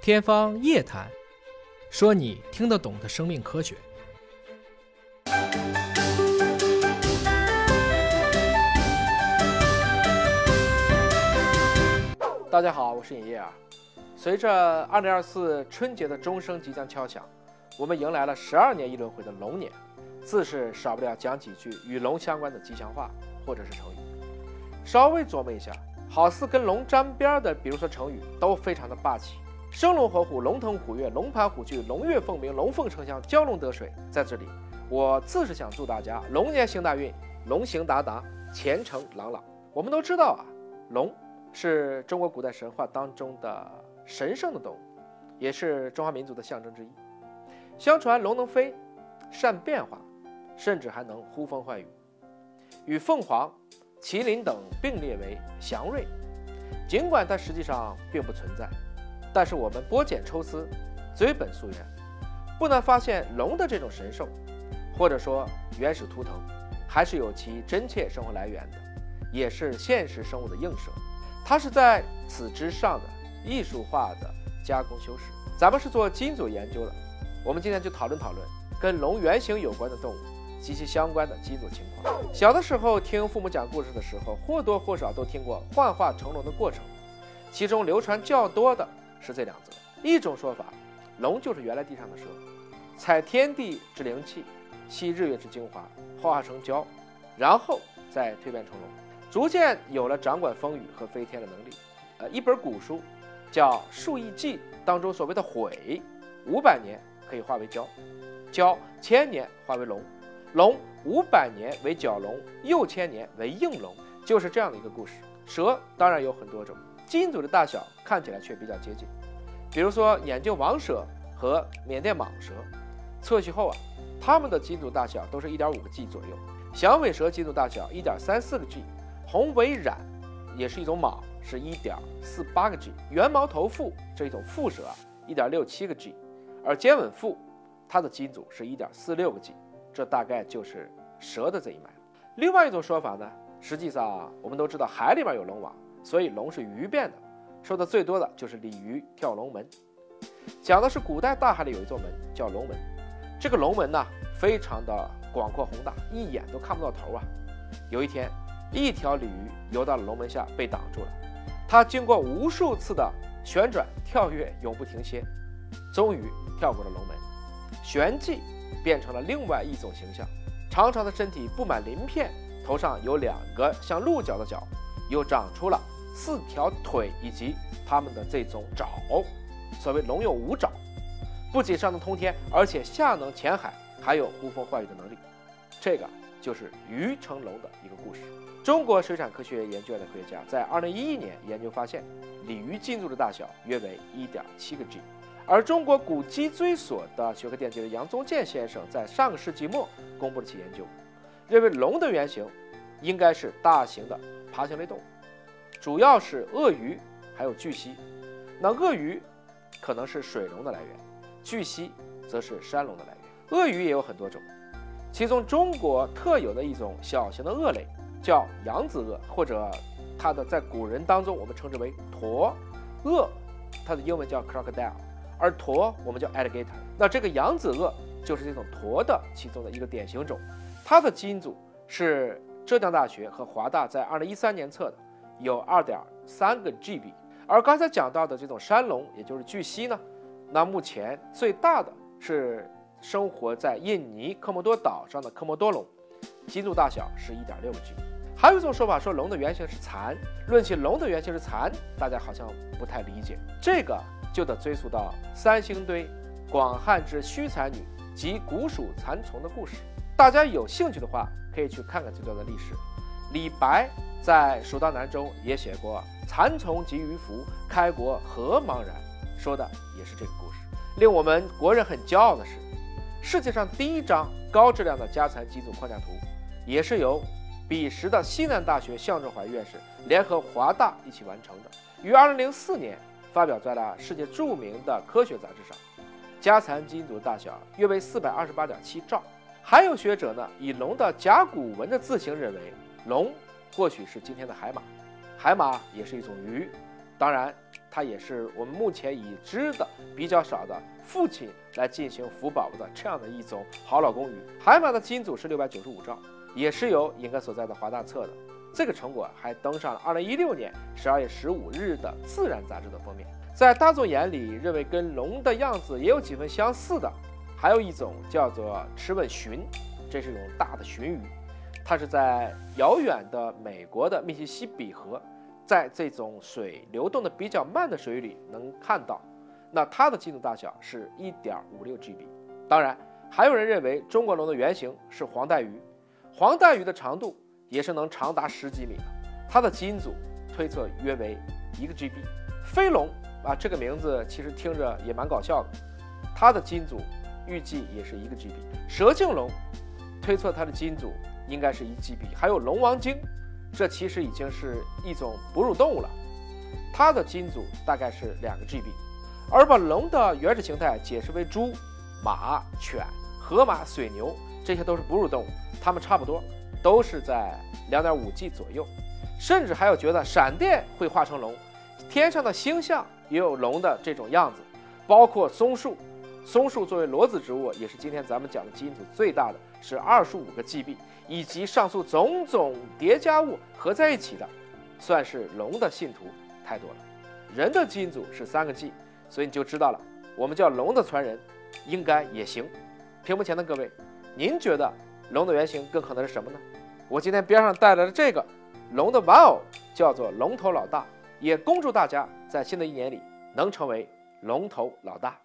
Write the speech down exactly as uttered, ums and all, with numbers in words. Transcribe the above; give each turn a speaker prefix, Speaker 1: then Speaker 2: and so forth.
Speaker 1: 天方夜谭，说你听得懂的生命科学。
Speaker 2: 大家好，我是尹烨儿。随着二零二四春节的钟声即将敲响，我们迎来了十二年一轮回的龙年，自是少不了讲几句与龙相关的吉祥话或者是成语。稍微琢磨一下，好似跟龙沾边的，比如说成语，都非常的霸气。生龙活虎、龙腾虎跃、龙盘虎踞、龙跃凤鸣、龙凤呈祥、蛟龙得水。在这里，我自是想祝大家龙年行大运，龙行达达，前程朗朗。我们都知道啊，龙是中国古代神话当中的神圣的动物，也是中华民族的象征之一。相传龙能飞，善变化，甚至还能呼风唤雨，与凤凰、麒麟等并列为祥瑞。尽管它实际上并不存在，但是我们剥茧抽丝，追本溯源，不难发现龙的这种神兽，或者说原始图腾，还是有其真切生活来源的，也是现实生物的映射。它是在此之上的艺术化的加工修饰。咱们是做基因组研究的，我们今天就讨论讨论跟龙原型有关的动物及其相关的基因组情况。小的时候听父母讲故事的时候，或多或少都听过幻化成龙的过程，其中流传较多的是这两则。一种说法，龙就是原来地上的蛇，采天地之灵气，吸日月之精华，幻化成蛟，然后再蜕变成龙，逐渐有了掌管风雨和飞天的能力。呃，一本古书叫《数亿记》当中所谓的悔，五百年可以化为蛟，蛟千年化为龙，龙五百年为角龙，又千年为应龙，就是这样的一个故事。蛇当然有很多种，基因组的大小看起来却比较接近。比如说眼镜王蛇和缅甸蟒蛇，测序后啊，它们的基因组大小都是 一点五个 G 左右。响尾蛇基因组大小 一点三四个 G， 红尾蚺也是一种蟒，是 一点四八个 G， 圆毛头腹这一种腹蛇啊 一点六七个 G， 而尖吻腹它的基因组是 一点四六个 G， 这大概就是蛇的这一脉。另外一种说法呢，实际上我们都知道海里面有龙王，所以龙是鱼变的，说的最多的就是鲤鱼跳龙门。讲的是古代大海里有一座门叫龙门，这个龙门呢非常的广阔宏大，一眼都看不到头啊。有一天，一条鲤鱼游到了龙门下，被挡住了。它经过无数次的旋转跳跃，永不停歇，终于跳过了龙门，旋即变成了另外一种形象。长长的身体布满鳞片，头上有两个像鹿角的角，又长出了四条腿以及它们的这种爪。所谓龙有五爪，不仅上能通天，而且下能潜海，还有呼风唤雨的能力。这个就是鱼成龙的一个故事。中国水产科学研究院的科学家在二零一一年研究发现，鲤鱼基因组的大小约为 一点七个 G， 而中国古脊椎所的学科奠基人杨宗建先生在上个世纪末公布了其研究，认为龙的原型应该是大型的爬行类动物，主要是鳄鱼还有巨蜥。那鳄鱼可能是水龙的来源，巨蜥则是山龙的来源。鳄鱼也有很多种，其中中国特有的一种小型的鳄类叫扬子鳄，或者它的在古人当中我们称之为驼。鳄它的英文叫 crocodile， 而驼我们叫 alligator。 那这个扬子鳄就是这种驼的其中的一个典型种，它的基因组是浙江大学和华大在二零一三年测的，有 二点三个 G B。 而刚才讲到的这种山龙也就是巨蜥呢，那目前最大的是生活在印尼科莫多岛上的科莫多龙，基因组大小是 一点六个 G。 还有一种说法说龙的原型是蚕，论起龙的原型是蚕，大家好像不太理解，这个就得追溯到三星堆广汉之须蚕女及古蜀蚕丛的故事。大家有兴趣的话可以去看看这段的历史。李白在《蜀道难》中也写过蚕丛及鱼凫，开国何茫然，说的也是这个故事。令我们国人很骄傲的是，世界上第一张高质量的家蚕基因组框架图也是由彼时的西南大学向正怀院士联合华大一起完成的，于二零零四年发表在了世界著名的科学杂志上。家蚕基因组的大小约为 四百二十八点七兆。还有学者呢以龙的甲骨文的字形认为龙或许是今天的海马，海马也是一种鱼，当然它也是我们目前已知的比较少的父亲来进行福宝宝的这样的一种好老公鱼。海马的基因组是六百九十五兆，也是由尹哥所在的华大测的。这个成果还登上了二零一六年十二月十五日的《自然》杂志的封面。在大众眼里，认为跟龙的样子也有几分相似的，还有一种叫做赤吻鲟，这是一种大的鲟鱼，它是在遥远的美国的密西西比河，在这种水流动的比较慢的水域里能看到。那它的基因组大小是 一点五六 G B。 当然还有人认为中国龙的原型是黄带鱼，黄带鱼的长度也是能长达十几米的，它的基因组推测约为一个 G B。 飞龙啊，这个名字其实听着也蛮搞笑的，它的基因组预计也是一个 G B。 蛇颈龙推测它的基因组应该是一 G B。 还有龙王鲸，这其实已经是一种哺乳动物了，它的基因组大概是两个 G B。 而把龙的原始形态解释为猪、马、犬、河马、水牛，这些都是哺乳动物，它们差不多都是在 两点五 G 左右。甚至还有觉得闪电会化成龙，天上的星象也有龙的这种样子，包括松树。松树作为裸子植物，也是今天咱们讲的基因组最大的，是二十五个 G B， 以及上述种种叠加物合在一起的，算是龙的信徒太多了。人的基因组是三个 G， 所以你就知道了，我们叫龙的传人应该也行。屏幕前的各位，您觉得龙的原型更可能是什么呢？我今天边上带来的这个龙的玩偶叫做龙头老大，也恭祝大家在新的一年里能成为龙头老大。